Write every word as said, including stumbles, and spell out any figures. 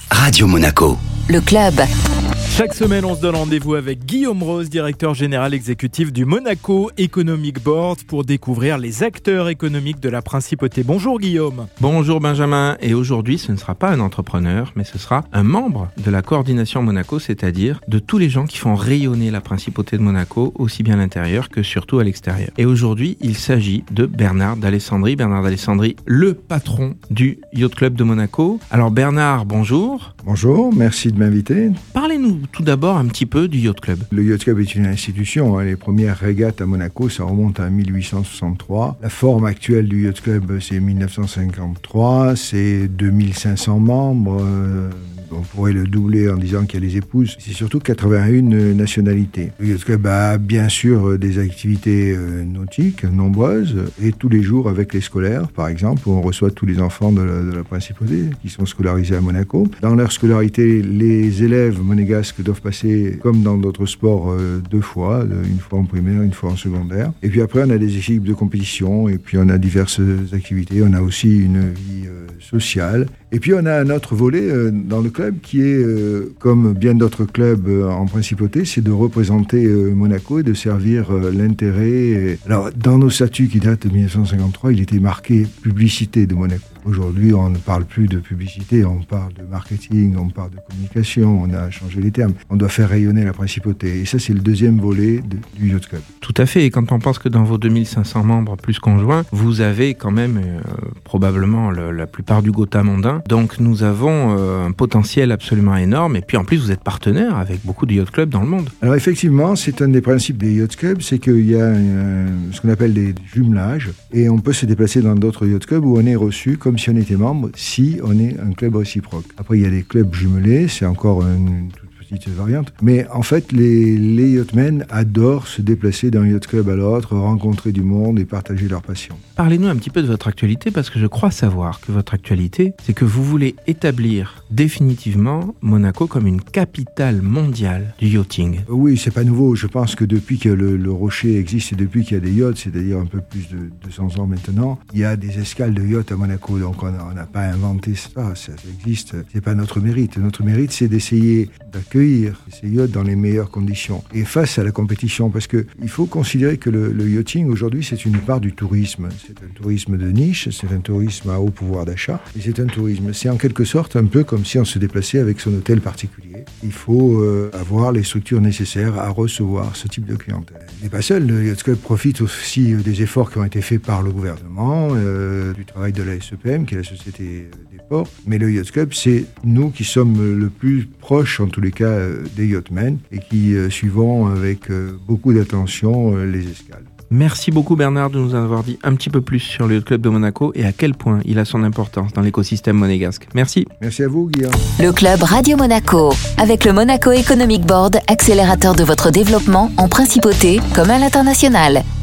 Radio Monaco. Le club. Chaque semaine, on se donne rendez-vous avec Guillaume Rose, directeur général exécutif du Monaco Economic Board, pour découvrir les acteurs économiques de la Principauté. Bonjour Guillaume. Bonjour Benjamin. Et aujourd'hui, ce ne sera pas un entrepreneur, mais ce sera un membre de la coordination Monaco, c'est-à-dire de tous les gens qui font rayonner la Principauté de Monaco, aussi bien à l'intérieur que surtout à l'extérieur. Et aujourd'hui, il s'agit de Bernard d'Alessandri. Bernard d'Alessandri, le patron du Yacht Club de Monaco. Alors Bernard, bonjour. Bonjour, merci de m'inviter. Parlez-nous tout d'abord un petit peu du Yacht Club. Le Yacht Club est une institution. Hein. Les premières régates à Monaco, ça remonte à mille huit cent soixante-trois. La forme actuelle du Yacht Club, c'est mille neuf cent cinquante-trois. C'est deux mille cinq cents membres. Euh, on pourrait le doubler en disant qu'il y a les épouses. C'est surtout quatre-vingt-une nationalités. Le Yacht Club a bien sûr des activités euh, nautiques nombreuses et tous les jours avec les scolaires, par exemple, où on reçoit tous les enfants de la, de la Principauté qui sont scolarisés à Monaco. Dans leur scolarité, les élèves monégasques doivent passer, comme dans d'autres sports, euh, deux fois, une fois en primaire, une fois en secondaire. Et puis après, on a des équipes de compétition et puis on a diverses activités. On a aussi une vie euh, sociale. Et puis on a un autre volet euh, dans le club qui est, euh, comme bien d'autres clubs euh, en Principauté, c'est de représenter euh, Monaco et de servir euh, l'intérêt. Et... Alors, dans nos statuts qui datent de mille neuf cent cinquante-trois, il était marqué publicité de Monaco. Aujourd'hui, on ne parle plus de publicité, on parle de marketing, on parle de communication, on a changé les termes. On doit faire rayonner la Principauté. Et ça, c'est le deuxième volet de, du Yacht Club. Tout à fait. Et quand on pense que dans vos deux mille cinq cents membres plus conjoints, vous avez quand même euh, probablement le, la plupart du Gotha mondain. Donc nous avons euh, un potentiel absolument énorme. Et puis en plus, vous êtes partenaire avec beaucoup de yacht clubs dans le monde. Alors effectivement, c'est un des principes des yacht clubs, c'est qu'il y a euh, ce qu'on appelle des jumelages. Et on peut se déplacer dans d'autres yacht clubs où on est reçu comme si on était membre, si on est un club réciproque. Après, il y a des clubs jumelés, c'est encore une, une toute petite variante. Mais en fait, les, les yachtmen adorent se déplacer d'un yacht club à l'autre, rencontrer du monde et partager leur passion. Parlez-nous un petit peu de votre actualité, parce que je crois savoir que votre actualité, c'est que vous voulez établir définitivement Monaco comme une capitale mondiale du yachting. Oui, c'est pas nouveau. Je pense que depuis que le, le rocher existe et depuis qu'il y a des yachts, c'est-à-dire un peu plus de deux cents ans maintenant, il y a des escales de yachts à Monaco. Donc on n'a pas inventé ça, ça, ça existe. C'est pas notre mérite. Notre mérite, c'est d'essayer d'accueillir ces yachts dans les meilleures conditions et face à la compétition, parce que il faut considérer que le, le yachting aujourd'hui, c'est une part du tourisme. C'est un tourisme de niche, c'est un tourisme à haut pouvoir d'achat et c'est un tourisme. C'est en quelque sorte un peu comme si on se déplaçait avec son hôtel particulier. Il faut euh, avoir les structures nécessaires à recevoir ce type de clientèle. Il n'est pas seul. Le Yacht Club profite aussi des efforts qui ont été faits par le gouvernement, euh, du travail de la S E P M, qui est la Société des ports. Mais le Yacht Club, c'est nous qui sommes le plus proches, en tous les cas, des yachtmen et qui euh, suivons avec euh, beaucoup d'attention euh, les escales. Merci beaucoup Bernard de nous avoir dit un petit peu plus sur le Yacht Club de Monaco et à quel point il a son importance dans l'écosystème monégasque. Merci. Merci à vous Guillaume. Le club Radio Monaco, avec le Monaco Economic Board, accélérateur de votre développement en Principauté comme à l'international.